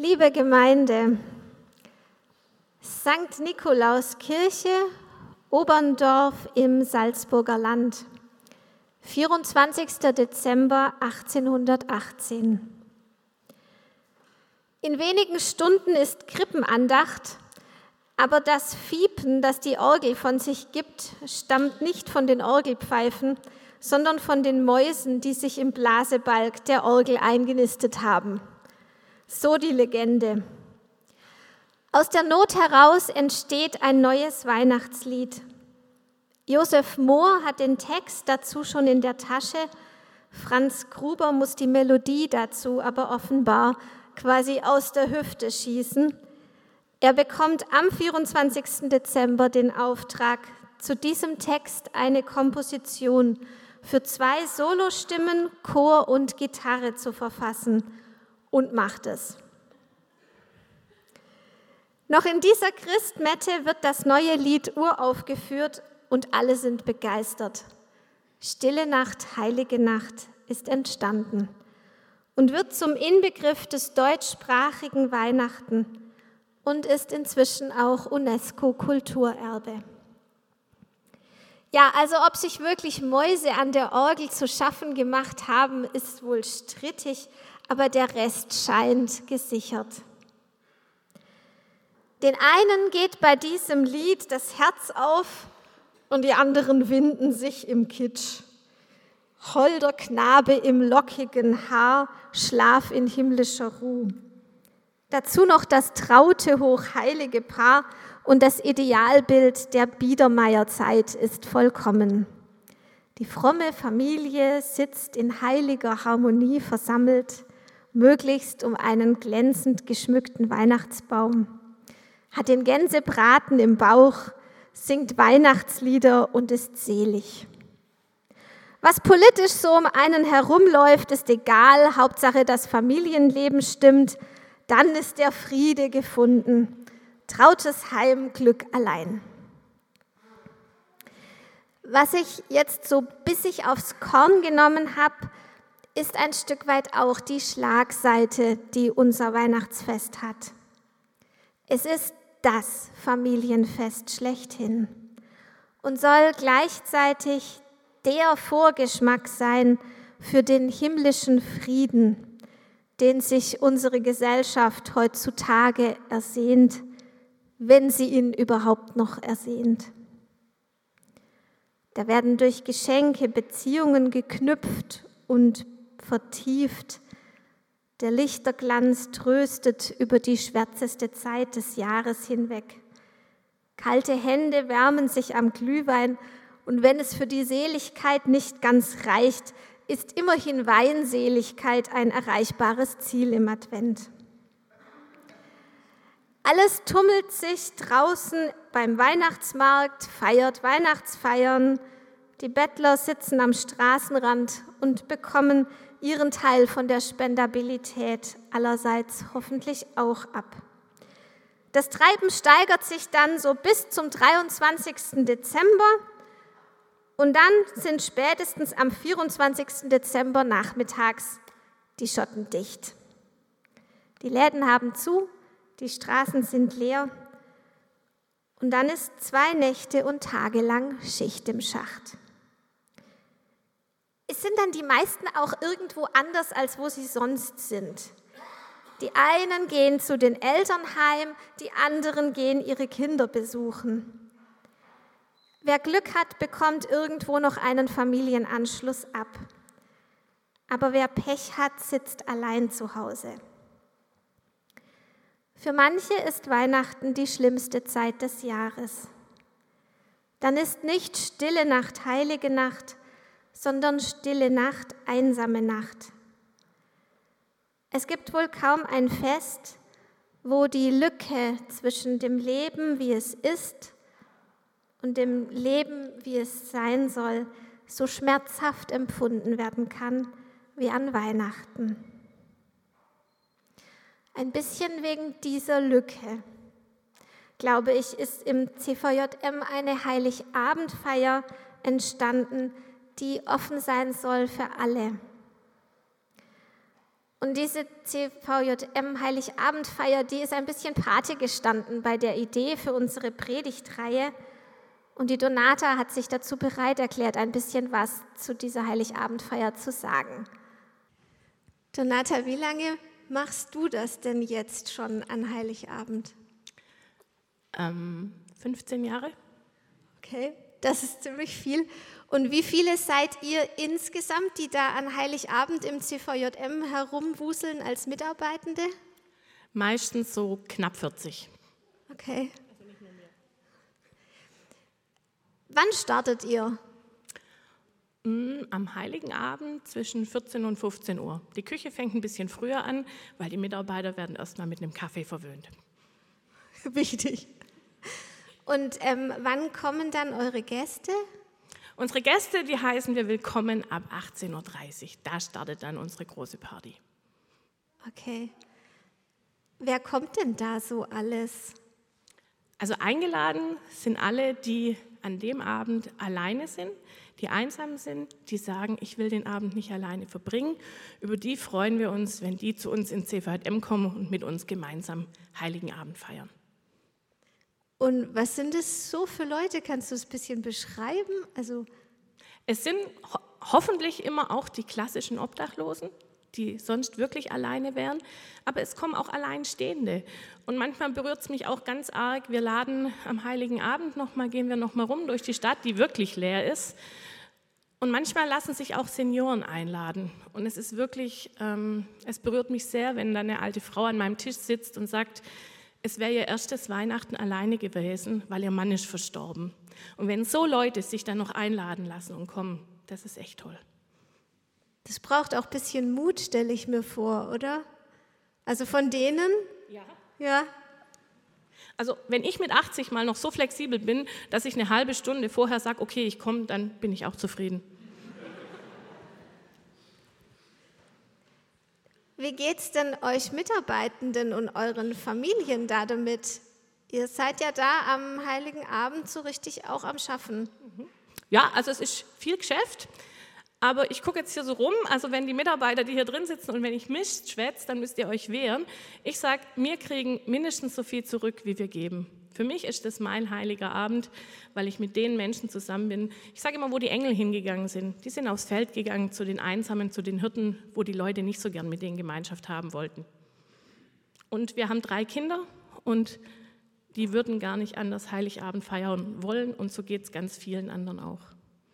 Liebe Gemeinde, St. Nikolauskirche, Oberndorf im Salzburger Land, 24. Dezember 1818. In wenigen Stunden ist Krippenandacht, aber das Fiepen, das die Orgel von sich gibt, stammt nicht von den Orgelpfeifen, sondern von den Mäusen, die sich im Blasebalg der Orgel eingenistet haben. So die Legende. Aus der Not heraus entsteht ein neues Weihnachtslied. Josef Mohr hat den Text dazu schon in der Tasche. Franz Gruber muss die Melodie dazu aber offenbar quasi aus der Hüfte schießen. Er bekommt am 24. Dezember den Auftrag, zu diesem Text eine Komposition für 2 Solostimmen, Chor und Gitarre zu verfassen und macht es. Noch in dieser Christmette wird das neue Lied uraufgeführt und alle sind begeistert. Stille Nacht, heilige Nacht ist entstanden und wird zum Inbegriff des deutschsprachigen Weihnachten und ist inzwischen auch UNESCO-Kulturerbe. Ja, also ob sich wirklich Mäuse an der Orgel zu schaffen gemacht haben, ist wohl strittig, aber der Rest scheint gesichert. Den einen geht bei diesem Lied das Herz auf und die anderen winden sich im Kitsch. Holder Knabe im lockigen Haar, Schlaf in himmlischer Ruh. Dazu noch das traute, hochheilige Paar und das Idealbild der Biedermeierzeit ist vollkommen. Die fromme Familie sitzt in heiliger Harmonie versammelt, möglichst um einen glänzend geschmückten Weihnachtsbaum, hat den Gänsebraten im Bauch, singt Weihnachtslieder und ist selig. Was politisch so um einen herumläuft, ist egal, Hauptsache das Familienleben stimmt, dann ist der Friede gefunden, trautes Heim, Glück allein. Was ich jetzt so bissig aufs Korn genommen habe, ist ein Stück weit auch die Schlagseite, die unser Weihnachtsfest hat. Es ist das Familienfest schlechthin und soll gleichzeitig der Vorgeschmack sein für den himmlischen Frieden, den sich unsere Gesellschaft heutzutage ersehnt, wenn sie ihn überhaupt noch ersehnt. Da werden durch Geschenke Beziehungen geknüpft und vertieft. Der Lichterglanz tröstet über die schwärzeste Zeit des Jahres hinweg. Kalte Hände wärmen sich am Glühwein und wenn es für die Seligkeit nicht ganz reicht, ist immerhin Weinseligkeit ein erreichbares Ziel im Advent. Alles tummelt sich draußen beim Weihnachtsmarkt, feiert Weihnachtsfeiern. Die Bettler sitzen am Straßenrand und bekommen ihren Teil von der Spendabilität allerseits hoffentlich auch ab. Das Treiben steigert sich dann so bis zum 23. Dezember und dann sind spätestens am 24. Dezember nachmittags die Schotten dicht. Die Läden haben zu, die Straßen sind leer und dann ist 2 Nächte und Tage lang Schicht im Schacht. Es sind dann die meisten auch irgendwo anders, als wo sie sonst sind. Die einen gehen zu den Eltern heim, die anderen gehen ihre Kinder besuchen. Wer Glück hat, bekommt irgendwo noch einen Familienanschluss ab. Aber wer Pech hat, sitzt allein zu Hause. Für manche ist Weihnachten die schlimmste Zeit des Jahres. Dann ist nicht stille Nacht, heilige Nacht, sondern stille Nacht, einsame Nacht. Es gibt wohl kaum ein Fest, wo die Lücke zwischen dem Leben, wie es ist, und dem Leben, wie es sein soll, so schmerzhaft empfunden werden kann wie an Weihnachten. Ein bisschen wegen dieser Lücke, glaube ich, ist im CVJM eine Heiligabendfeier entstanden, die offen sein soll für alle. Und diese CVJM Heiligabendfeier, die ist ein bisschen Pate gestanden bei der Idee für unsere Predigtreihe. Und die Donata hat sich dazu bereit erklärt, ein bisschen was zu dieser Heiligabendfeier zu sagen. Donata, wie lange machst du das denn jetzt schon an Heiligabend? 15 Jahre. Okay, das ist ziemlich viel. Und wie viele seid ihr insgesamt, die da an Heiligabend im CVJM herumwuseln als Mitarbeitende? Meistens so knapp 40. Okay. Also nicht nur mehr. Wann startet ihr? Am Heiligen Abend zwischen 14 und 15 Uhr. Die Küche fängt ein bisschen früher an, weil die Mitarbeiter werden erstmal mit einem Kaffee verwöhnt. Wichtig. Und wann kommen dann eure Gäste? Unsere Gäste, die heißen wir willkommen ab 18.30 Uhr. Da startet dann unsere große Party. Okay. Wer kommt denn da so alles? Also eingeladen sind alle, die an dem Abend alleine sind, die einsam sind, die sagen, ich will den Abend nicht alleine verbringen. Über die freuen wir uns, wenn die zu uns in CVJM kommen und mit uns gemeinsam Heiligen Abend feiern. Und was sind es so für Leute? Kannst du es ein bisschen beschreiben? Es sind hoffentlich immer auch die klassischen Obdachlosen, die sonst wirklich alleine wären, aber es kommen auch Alleinstehende. Und manchmal berührt es mich auch ganz arg, wir laden am Heiligen Abend gehen wir nochmal rum durch die Stadt, die wirklich leer ist. Und manchmal lassen sich auch Senioren einladen. Und es ist wirklich, es berührt mich sehr, wenn da eine alte Frau an meinem Tisch sitzt und sagt, es wäre ihr erstes Weihnachten alleine gewesen, weil ihr Mann ist verstorben. Und wenn so Leute sich dann noch einladen lassen und kommen, das ist echt toll. Das braucht auch ein bisschen Mut, stelle ich mir vor, oder? Also von denen? Ja. Also wenn ich mit 80 mal noch so flexibel bin, dass ich eine halbe Stunde vorher sage, okay, ich komme, dann bin ich auch zufrieden. Wie geht's denn euch Mitarbeitenden und euren Familien da damit? Ihr seid ja da am Heiligen Abend so richtig auch am Schaffen. Ja, also es ist viel Geschäft, aber ich gucke jetzt hier so rum, also wenn die Mitarbeiter, die hier drin sitzen und wenn ich Mist schwätze, dann müsst ihr euch wehren. Ich sage, wir kriegen mindestens so viel zurück, wie wir geben. Für mich ist das mein heiliger Abend, weil ich mit den Menschen zusammen bin. Ich sage immer, wo die Engel hingegangen sind. Die sind aufs Feld gegangen, zu den Einsamen, zu den Hirten, wo die Leute nicht so gern mit denen Gemeinschaft haben wollten. Und wir haben 3 Kinder und die würden gar nicht anders Heiligabend feiern wollen und so geht es ganz vielen anderen auch.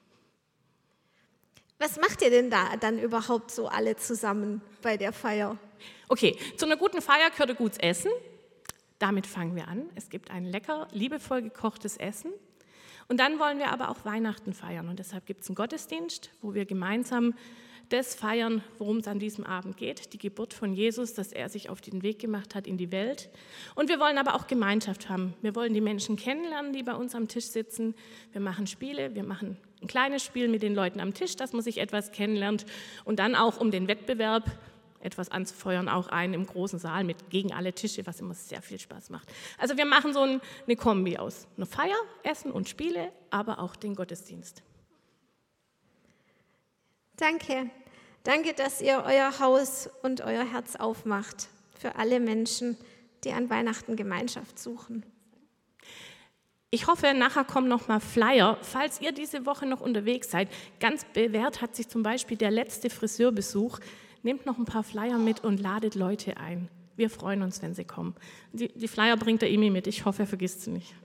Was macht ihr denn da dann überhaupt so alle zusammen bei der Feier? Okay, zu einer guten Feier gehört ein gutes Essen. Damit fangen wir an. Es gibt ein lecker, liebevoll gekochtes Essen. Und dann wollen wir aber auch Weihnachten feiern. Und deshalb gibt es einen Gottesdienst, wo wir gemeinsam das feiern, worum es an diesem Abend geht. Die Geburt von Jesus, dass er sich auf den Weg gemacht hat in die Welt. Und wir wollen aber auch Gemeinschaft haben. Wir wollen die Menschen kennenlernen, die bei uns am Tisch sitzen. Wir machen Spiele, wir machen ein kleines Spiel mit den Leuten am Tisch, dass man sich etwas kennenlernt. Und dann auch um den Wettbewerb etwas anzufeuern, auch einen im großen Saal gegen alle Tische, was immer sehr viel Spaß macht. Also wir machen so eine Kombi aus einer Feier, Essen und Spiele, aber auch den Gottesdienst. Danke. Danke, dass ihr euer Haus und euer Herz aufmacht für alle Menschen, die an Weihnachten Gemeinschaft suchen. Ich hoffe, nachher kommen noch mal Flyer, falls ihr diese Woche noch unterwegs seid. Ganz bewährt hat sich zum Beispiel der letzte Friseurbesuch. Nehmt noch ein paar Flyer mit und ladet Leute ein. Wir freuen uns, wenn sie kommen. Die Flyer bringt der Emi mit. Ich hoffe, er vergisst sie nicht.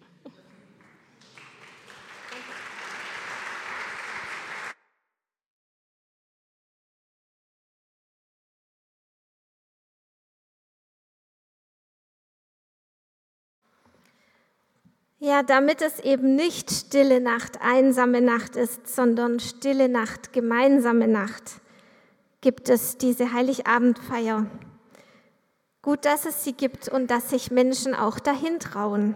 Ja, damit es eben nicht stille Nacht, einsame Nacht ist, sondern stille Nacht, gemeinsame Nacht, gibt es diese Heiligabendfeier. Gut, dass es sie gibt und dass sich Menschen auch dahin trauen.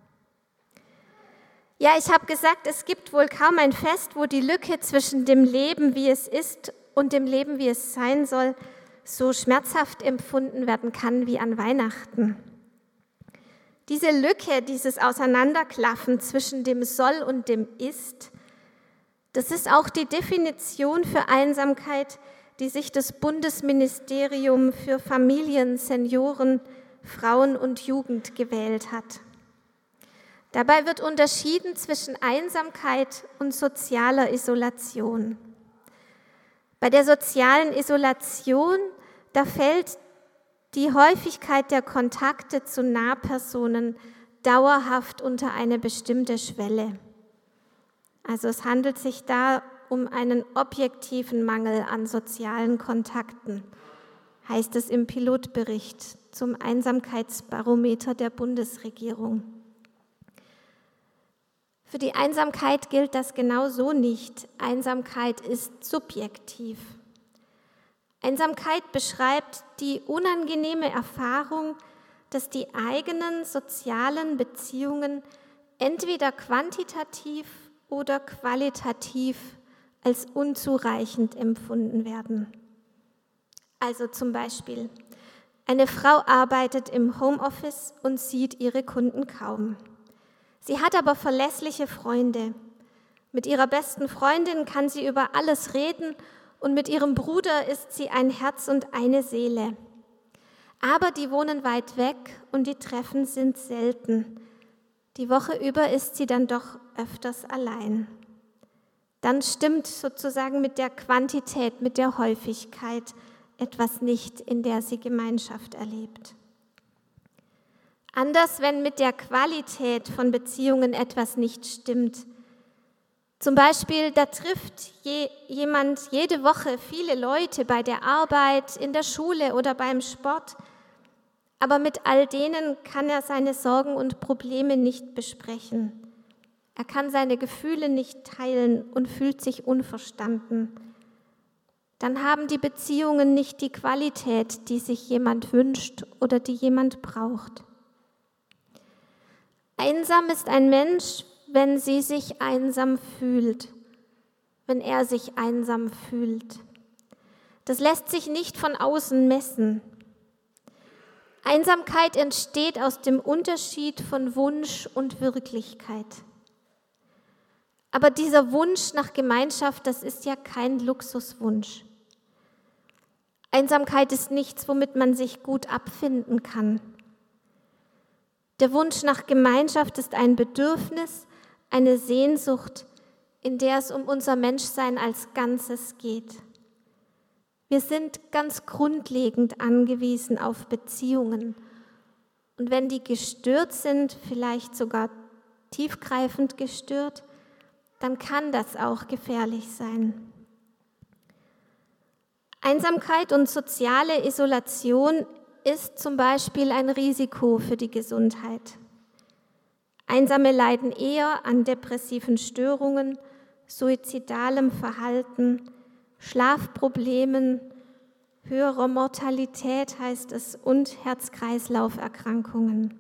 Ja, ich habe gesagt, es gibt wohl kaum ein Fest, wo die Lücke zwischen dem Leben, wie es ist, und dem Leben, wie es sein soll, so schmerzhaft empfunden werden kann wie an Weihnachten. Diese Lücke, dieses Auseinanderklaffen zwischen dem Soll und dem Ist, das ist auch die Definition für Einsamkeit, die sich das Bundesministerium für Familien, Senioren, Frauen und Jugend gewählt hat. Dabei wird unterschieden zwischen Einsamkeit und sozialer Isolation. Bei der sozialen Isolation, da fällt die Häufigkeit der Kontakte zu Nahpersonen dauerhaft unter eine bestimmte Schwelle. Also es handelt sich da um einen objektiven Mangel an sozialen Kontakten, heißt es im Pilotbericht zum Einsamkeitsbarometer der Bundesregierung. Für die Einsamkeit gilt das genauso nicht. Einsamkeit ist subjektiv. Einsamkeit beschreibt die unangenehme Erfahrung, dass die eigenen sozialen Beziehungen entweder quantitativ oder qualitativ als unzureichend empfunden werden. Also zum Beispiel, eine Frau arbeitet im Homeoffice und sieht ihre Kunden kaum. Sie hat aber verlässliche Freunde. Mit ihrer besten Freundin kann sie über alles reden und mit ihrem Bruder ist sie ein Herz und eine Seele. Aber die wohnen weit weg und die Treffen sind selten. Die Woche über ist sie dann doch öfters allein. Dann stimmt sozusagen mit der Quantität, mit der Häufigkeit etwas nicht, in der sie Gemeinschaft erlebt. Anders, wenn mit der Qualität von Beziehungen etwas nicht stimmt. Zum Beispiel, da trifft jemand jede Woche viele Leute bei der Arbeit, in der Schule oder beim Sport, aber mit all denen kann er seine Sorgen und Probleme nicht besprechen. Er kann seine Gefühle nicht teilen und fühlt sich unverstanden. Dann haben die Beziehungen nicht die Qualität, die sich jemand wünscht oder die jemand braucht. Einsam ist ein Mensch, wenn sie sich einsam fühlt, wenn er sich einsam fühlt. Das lässt sich nicht von außen messen. Einsamkeit entsteht aus dem Unterschied von Wunsch und Wirklichkeit. Aber dieser Wunsch nach Gemeinschaft, das ist ja kein Luxuswunsch. Einsamkeit ist nichts, womit man sich gut abfinden kann. Der Wunsch nach Gemeinschaft ist ein Bedürfnis, eine Sehnsucht, in der es um unser Menschsein als Ganzes geht. Wir sind ganz grundlegend angewiesen auf Beziehungen. Und wenn die gestört sind, vielleicht sogar tiefgreifend gestört, dann kann das auch gefährlich sein. Einsamkeit und soziale Isolation ist zum Beispiel ein Risiko für die Gesundheit. Einsame leiden eher an depressiven Störungen, suizidalem Verhalten, Schlafproblemen, höherer Mortalität heißt es und Herz-Kreislauf-Erkrankungen.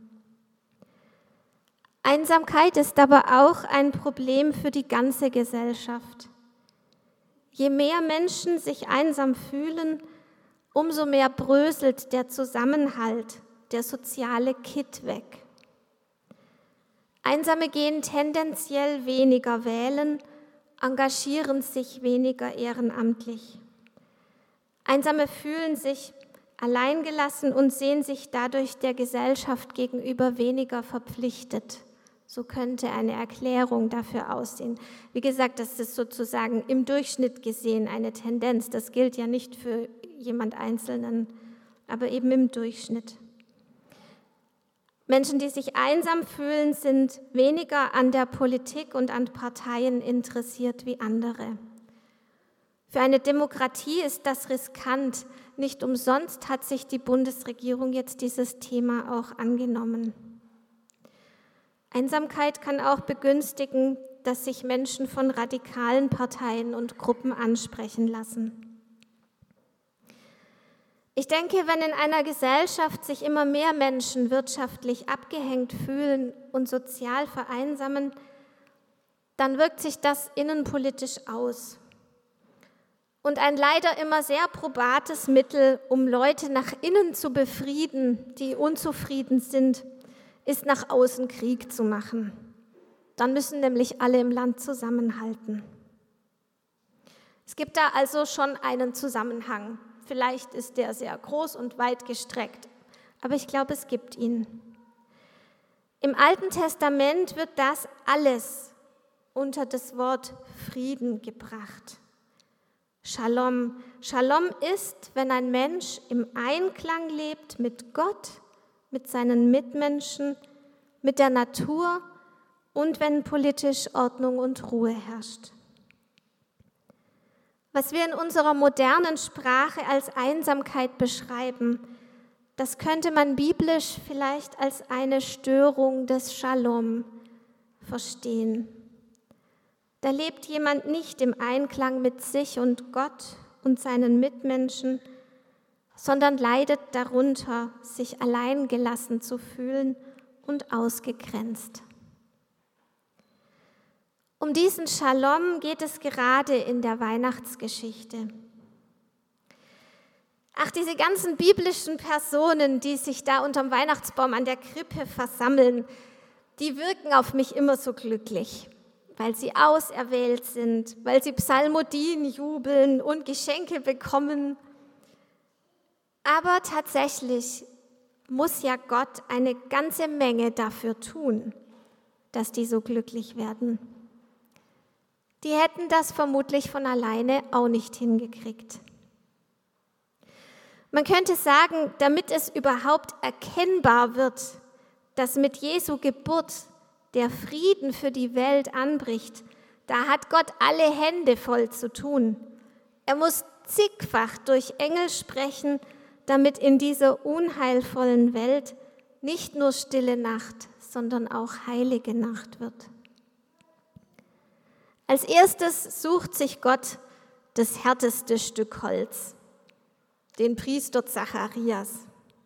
Einsamkeit ist aber auch ein Problem für die ganze Gesellschaft. Je mehr Menschen sich einsam fühlen, umso mehr bröselt der Zusammenhalt, der soziale Kitt weg. Einsame gehen tendenziell weniger wählen, engagieren sich weniger ehrenamtlich. Einsame fühlen sich alleingelassen und sehen sich dadurch der Gesellschaft gegenüber weniger verpflichtet. So könnte eine Erklärung dafür aussehen. Wie gesagt, das ist sozusagen im Durchschnitt gesehen eine Tendenz. Das gilt ja nicht für jemand Einzelnen, aber eben im Durchschnitt. Menschen, die sich einsam fühlen, sind weniger an der Politik und an Parteien interessiert wie andere. Für eine Demokratie ist das riskant. Nicht umsonst hat sich die Bundesregierung jetzt dieses Thema auch angenommen. Einsamkeit kann auch begünstigen, dass sich Menschen von radikalen Parteien und Gruppen ansprechen lassen. Ich denke, wenn in einer Gesellschaft sich immer mehr Menschen wirtschaftlich abgehängt fühlen und sozial vereinsamen, dann wirkt sich das innenpolitisch aus. Und ein leider immer sehr probates Mittel, um Leute nach innen zu befrieden, die unzufrieden sind, ist nach außen Krieg zu machen. Dann müssen nämlich alle im Land zusammenhalten. Es gibt da also schon einen Zusammenhang. Vielleicht ist der sehr groß und weit gestreckt, aber ich glaube, es gibt ihn. Im Alten Testament wird das alles unter das Wort Frieden gebracht. Shalom. Shalom ist, wenn ein Mensch im Einklang lebt mit Gott, mit seinen Mitmenschen, mit der Natur und wenn politisch Ordnung und Ruhe herrscht. Was wir in unserer modernen Sprache als Einsamkeit beschreiben, das könnte man biblisch vielleicht als eine Störung des Shalom verstehen. Da lebt jemand nicht im Einklang mit sich und Gott und seinen Mitmenschen, sondern leidet darunter, sich allein gelassen zu fühlen und ausgegrenzt. Um diesen Shalom geht es gerade in der Weihnachtsgeschichte. Ach, diese ganzen biblischen Personen, die sich da unterm Weihnachtsbaum an der Krippe versammeln, die wirken auf mich immer so glücklich, weil sie auserwählt sind, weil sie Psalmodien jubeln und Geschenke bekommen. Aber tatsächlich muss ja Gott eine ganze Menge dafür tun, dass die so glücklich werden. Die hätten das vermutlich von alleine auch nicht hingekriegt. Man könnte sagen, damit es überhaupt erkennbar wird, dass mit Jesu Geburt der Frieden für die Welt anbricht, da hat Gott alle Hände voll zu tun. Er muss zigfach durch Engel sprechen, damit in dieser unheilvollen Welt nicht nur stille Nacht, sondern auch heilige Nacht wird. Als erstes sucht sich Gott das härteste Stück Holz, den Priester Zacharias.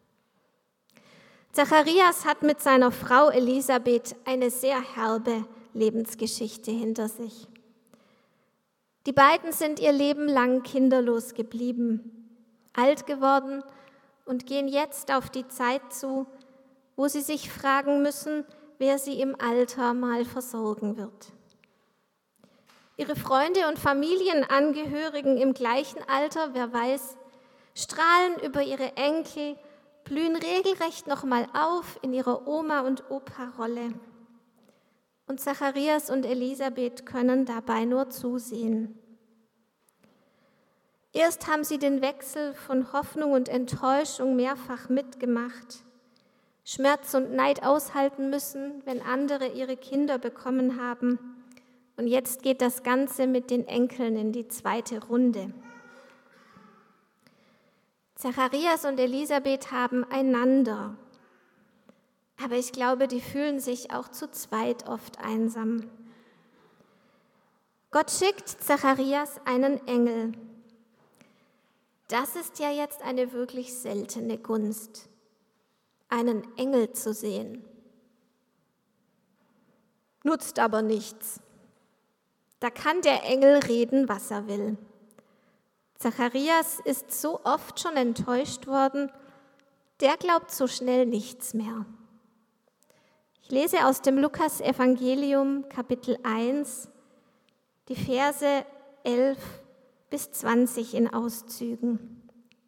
Zacharias hat mit seiner Frau Elisabeth eine sehr herbe Lebensgeschichte hinter sich. Die beiden sind ihr Leben lang kinderlos geblieben, alt geworden und gehen jetzt auf die Zeit zu, wo sie sich fragen müssen, wer sie im Alter mal versorgen wird. Ihre Freunde und Familienangehörigen im gleichen Alter, wer weiß, strahlen über ihre Enkel, blühen regelrecht nochmal auf in ihrer Oma- und Opa-Rolle. Und Zacharias und Elisabeth können dabei nur zusehen. Erst haben sie den Wechsel von Hoffnung und Enttäuschung mehrfach mitgemacht, Schmerz und Neid aushalten müssen, wenn andere ihre Kinder bekommen haben. Und jetzt geht das Ganze mit den Enkeln in die zweite Runde. Zacharias und Elisabeth haben einander, aber ich glaube, die fühlen sich auch zu zweit oft einsam. Gott schickt Zacharias einen Engel. Das ist ja jetzt eine wirklich seltene Gunst, einen Engel zu sehen. Nutzt aber nichts. Da kann der Engel reden, was er will. Zacharias ist so oft schon enttäuscht worden, der glaubt so schnell nichts mehr. Ich lese aus dem Lukas-Evangelium, Kapitel 1, die Verse 11 bis 20 in Auszügen.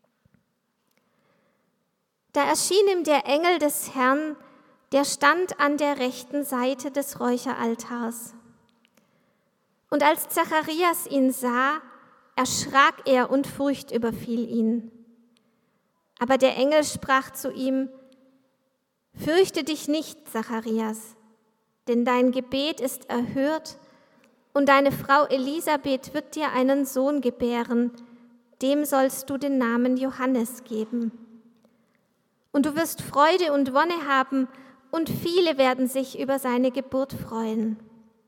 Da erschien ihm der Engel des Herrn, der stand an der rechten Seite des Räucheraltars. Und als Zacharias ihn sah, erschrak er und Furcht überfiel ihn. Aber der Engel sprach zu ihm: Fürchte dich nicht, Zacharias, denn dein Gebet ist erhört und deine Frau Elisabeth wird dir einen Sohn gebären, dem sollst du den Namen Johannes geben. Und du wirst Freude und Wonne haben und viele werden sich über seine Geburt freuen.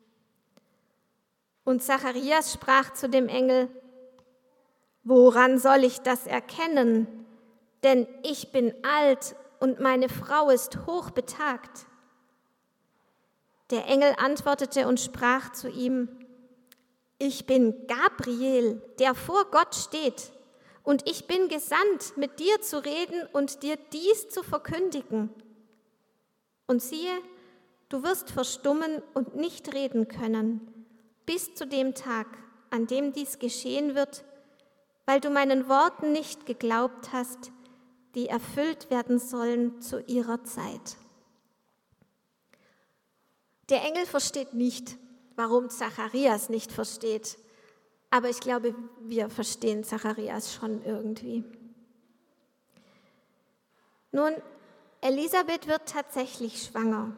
Und Zacharias sprach zu dem Engel: Woran soll ich das erkennen? Denn ich bin alt und meine Frau ist hochbetagt. Der Engel antwortete und sprach zu ihm: Ich bin Gabriel, der vor Gott steht, und ich bin gesandt, mit dir zu reden und dir dies zu verkündigen. Und siehe, du wirst verstummen und nicht reden können, bis zu dem Tag, an dem dies geschehen wird, weil du meinen Worten nicht geglaubt hast, die erfüllt werden sollen zu ihrer Zeit. Der Engel versteht nicht, warum Zacharias nicht versteht, aber ich glaube, wir verstehen Zacharias schon irgendwie. Nun, Elisabeth wird tatsächlich schwanger.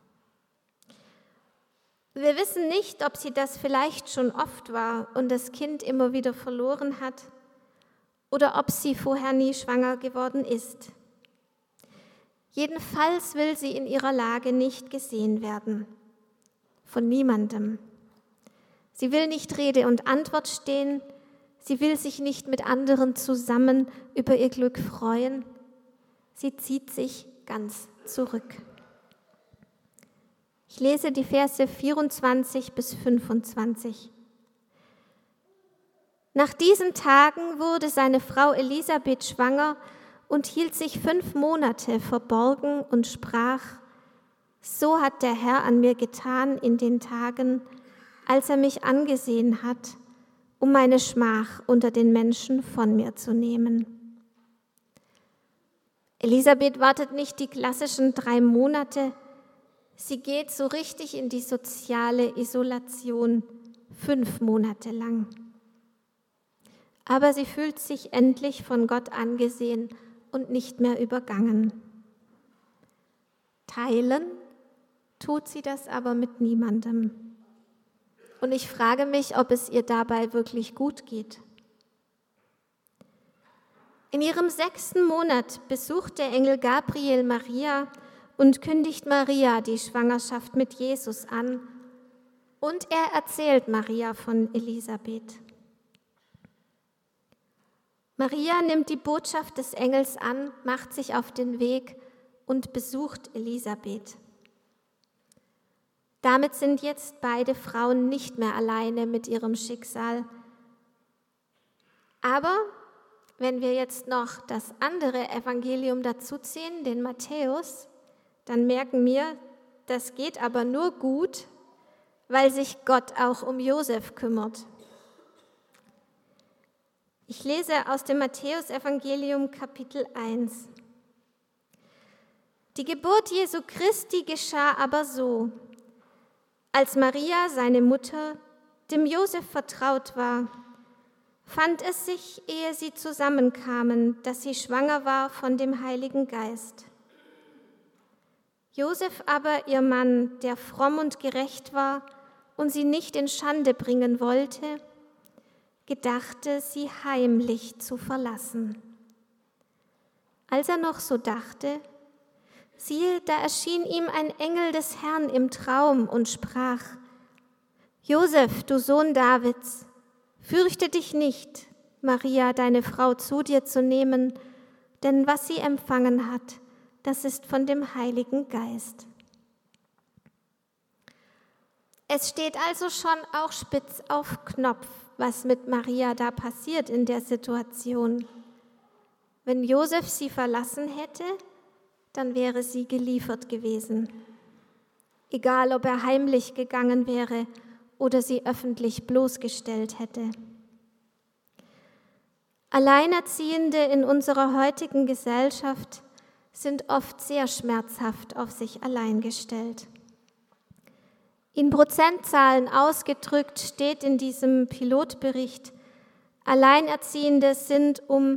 Wir wissen nicht, ob sie das vielleicht schon oft war und das Kind immer wieder verloren hat oder ob sie vorher nie schwanger geworden ist. Jedenfalls will sie in ihrer Lage nicht gesehen werden, von niemandem. Sie will nicht Rede und Antwort stehen, sie will sich nicht mit anderen zusammen über ihr Glück freuen. Sie zieht sich ganz zurück. Ich lese die Verse 24 bis 25. Nach diesen Tagen wurde seine Frau Elisabeth schwanger und hielt sich 5 Monate verborgen und sprach: So hat der Herr an mir getan in den Tagen, als er mich angesehen hat, um meine Schmach unter den Menschen von mir zu nehmen. Elisabeth wartet nicht die klassischen 3 Monate, sie geht so richtig in die soziale Isolation 5 Monate lang. Aber sie fühlt sich endlich von Gott angesehen und nicht mehr übergangen. Teilen tut sie das aber mit niemandem. Und ich frage mich, ob es ihr dabei wirklich gut geht. In ihrem 6. Monat besucht der Engel Gabriel Maria und kündigt Maria die Schwangerschaft mit Jesus an. Und er erzählt Maria von Elisabeth. Maria nimmt die Botschaft des Engels an, macht sich auf den Weg und besucht Elisabeth. Damit sind jetzt beide Frauen nicht mehr alleine mit ihrem Schicksal. Aber wenn wir jetzt noch das andere Evangelium dazuziehen, den Matthäus, dann merken wir, das geht aber nur gut, weil sich Gott auch um Josef kümmert. Ich lese aus dem Matthäus-Evangelium Kapitel 1. Die Geburt Jesu Christi geschah aber so: Als Maria, seine Mutter, dem Josef vertraut war, fand es sich, ehe sie zusammenkamen, dass sie schwanger war von dem Heiligen Geist. Josef aber, ihr Mann, der fromm und gerecht war und sie nicht in Schande bringen wollte, gedachte, sie heimlich zu verlassen. Als er noch so dachte, siehe, da erschien ihm ein Engel des Herrn im Traum und sprach: Josef, du Sohn Davids, fürchte dich nicht, Maria, deine Frau, zu dir zu nehmen, denn was sie empfangen hat, das ist von dem Heiligen Geist. Es steht also schon auch spitz auf Knopf, was mit Maria da passiert in der Situation. Wenn Josef sie verlassen hätte, dann wäre sie geliefert gewesen. Egal, ob er heimlich gegangen wäre oder sie öffentlich bloßgestellt hätte. Alleinerziehende in unserer heutigen Gesellschaft sind oft sehr schmerzhaft auf sich allein gestellt. In Prozentzahlen ausgedrückt steht in diesem Pilotbericht, Alleinerziehende sind um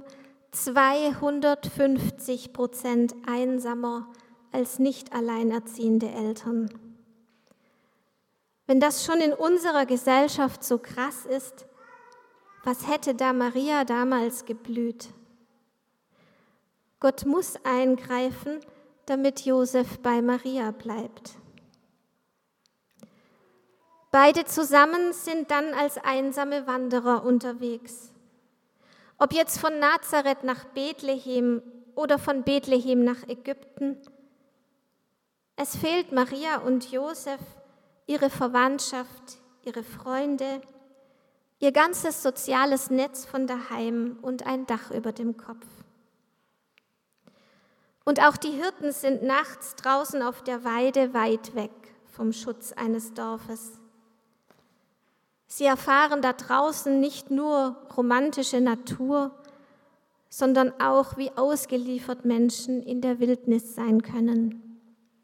250% einsamer als nicht alleinerziehende Eltern. Wenn das schon in unserer Gesellschaft so krass ist, was hätte da Maria damals geblüht? Gott muss eingreifen, damit Josef bei Maria bleibt. Beide zusammen sind dann als einsame Wanderer unterwegs. Ob jetzt von Nazareth nach Bethlehem oder von Bethlehem nach Ägypten, es fehlt Maria und Josef, ihre Verwandtschaft, ihre Freunde, ihr ganzes soziales Netz von daheim und ein Dach über dem Kopf. Und auch die Hirten sind nachts draußen auf der Weide weit weg vom Schutz eines Dorfes. Sie erfahren da draußen nicht nur romantische Natur, sondern auch, wie ausgeliefert Menschen in der Wildnis sein können.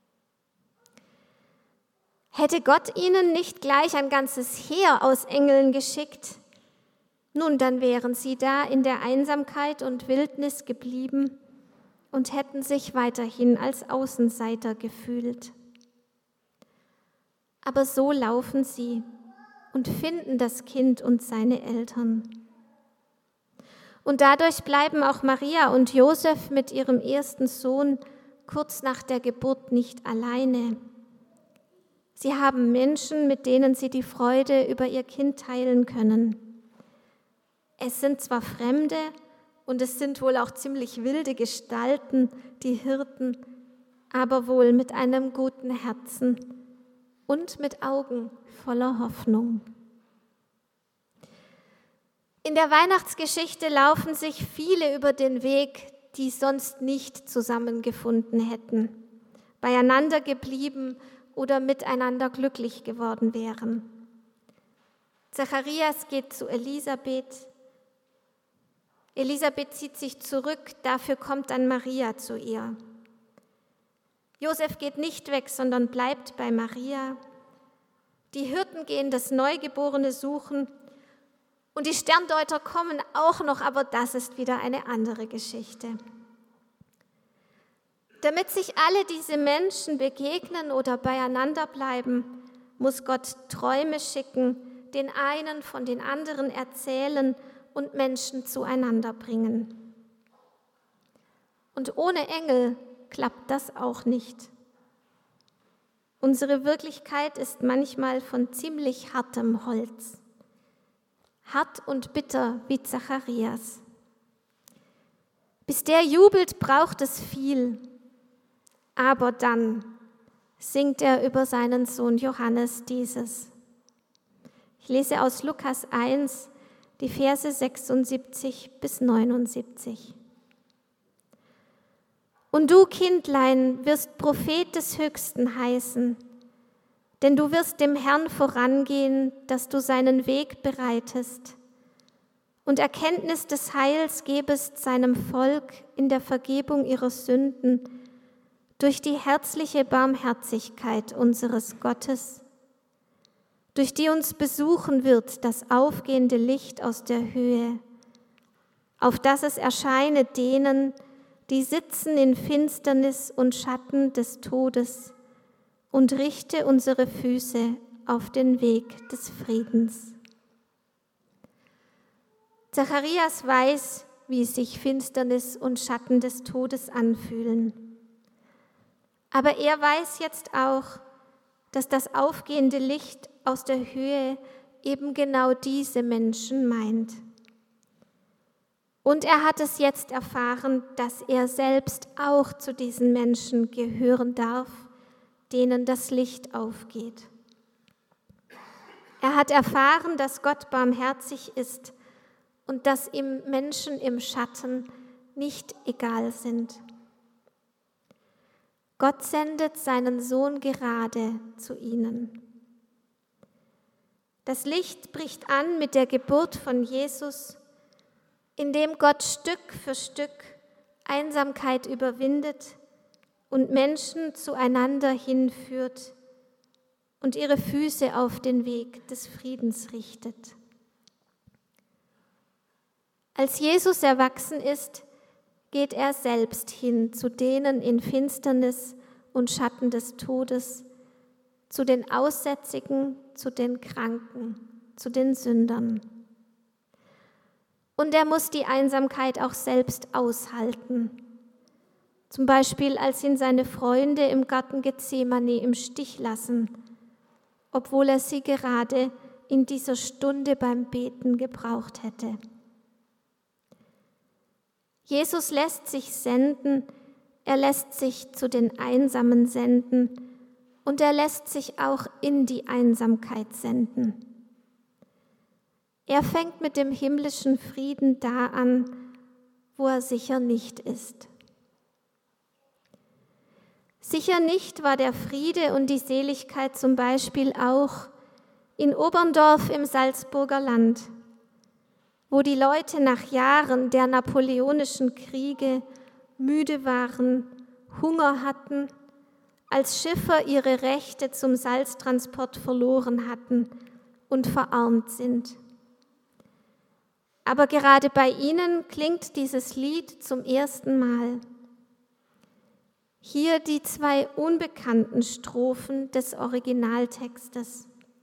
Hätte Gott ihnen nicht gleich ein ganzes Heer aus Engeln geschickt, nun, dann wären sie da in der Einsamkeit und Wildnis geblieben und hätten sich weiterhin als Außenseiter gefühlt. Aber so laufen sie und finden das Kind und seine Eltern. Und dadurch bleiben auch Maria und Josef mit ihrem ersten Sohn kurz nach der Geburt nicht alleine. Sie haben Menschen, mit denen sie die Freude über ihr Kind teilen können. Es sind zwar Fremde und es sind wohl auch ziemlich wilde Gestalten, die Hirten, aber wohl mit einem guten Herzen und mit Augen voller Hoffnung. In der Weihnachtsgeschichte laufen sich viele über den Weg, die sonst nicht zusammengefunden hätten, beieinander geblieben oder miteinander glücklich geworden wären. Zacharias geht zu Elisabeth. Elisabeth zieht sich zurück, dafür kommt dann Maria zu ihr. Josef geht nicht weg, sondern bleibt bei Maria. Die Hirten gehen das Neugeborene suchen und die Sterndeuter kommen auch noch, aber das ist wieder eine andere Geschichte. Damit sich alle diese Menschen begegnen oder beieinander bleiben, muss Gott Träume schicken, den einen von den anderen erzählen und Menschen zueinander bringen. Und ohne Engel klappt das auch nicht. Unsere Wirklichkeit ist manchmal von ziemlich hartem Holz. Hart und bitter wie Zacharias. Bis der jubelt, braucht es viel. Aber dann singt er über seinen Sohn Johannes dieses. Ich lese aus Lukas 1, die Verse 76 bis 79. Und du, Kindlein, wirst Prophet des Höchsten heißen, denn du wirst dem Herrn vorangehen, dass du seinen Weg bereitest und Erkenntnis des Heils gebest seinem Volk in der Vergebung ihrer Sünden durch die herzliche Barmherzigkeit unseres Gottes, durch die uns besuchen wird das aufgehende Licht aus der Höhe, auf das es erscheine denen, die sitzen in Finsternis und Schatten des Todes, und richte unsere Füße auf den Weg des Friedens. Zacharias weiß, wie sich Finsternis und Schatten des Todes anfühlen. Aber er weiß jetzt auch, dass das aufgehende Licht aus der Höhe eben genau diese Menschen meint. Und er hat es jetzt erfahren, dass er selbst auch zu diesen Menschen gehören darf, denen das Licht aufgeht. Er hat erfahren, dass Gott barmherzig ist und dass ihm Menschen im Schatten nicht egal sind. Gott sendet seinen Sohn gerade zu ihnen. Das Licht bricht an mit der Geburt von Jesus, indem Gott Stück für Stück Einsamkeit überwindet und Menschen zueinander hinführt und ihre Füße auf den Weg des Friedens richtet. Als Jesus erwachsen ist, geht er selbst hin zu denen in Finsternis und Schatten des Todes, zu den Aussätzigen, zu den Kranken, zu den Sündern. Und er muss die Einsamkeit auch selbst aushalten. Zum Beispiel, als ihn seine Freunde im Garten Gethsemane im Stich lassen, obwohl er sie gerade in dieser Stunde beim Beten gebraucht hätte. Jesus lässt sich senden, er lässt sich zu den Einsamen senden und er lässt sich auch in die Einsamkeit senden. Er fängt mit dem himmlischen Frieden da an, wo er sicher nicht ist. Sicher nicht war der Friede und die Seligkeit zum Beispiel auch in Oberndorf im Salzburger Land, wo die Leute nach Jahren der napoleonischen Kriege müde waren, Hunger hatten, als Schiffer ihre Rechte zum Salztransport verloren hatten und verarmt sind. Aber gerade bei ihnen klingt dieses Lied zum ersten Mal. Hier die 2 unbekannten Strophen des Originaltextes.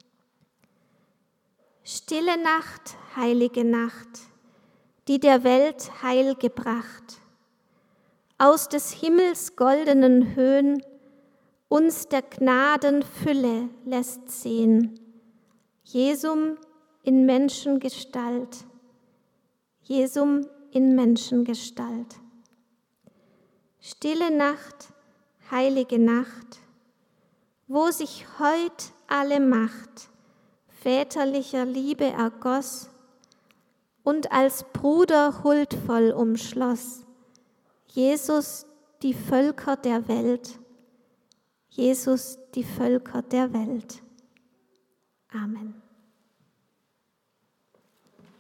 Stille Nacht, heilige Nacht, die der Welt Heil gebracht, aus des Himmels goldenen Höhen uns der Gnaden Fülle lässt sehen, Jesum in Menschengestalt, Jesum in Menschengestalt. Stille Nacht, heilige Nacht, wo sich heut alle Macht väterlicher Liebe ergoss und als Bruder huldvoll umschloss, Jesus die Völker der Welt, Jesus die Völker der Welt. Amen.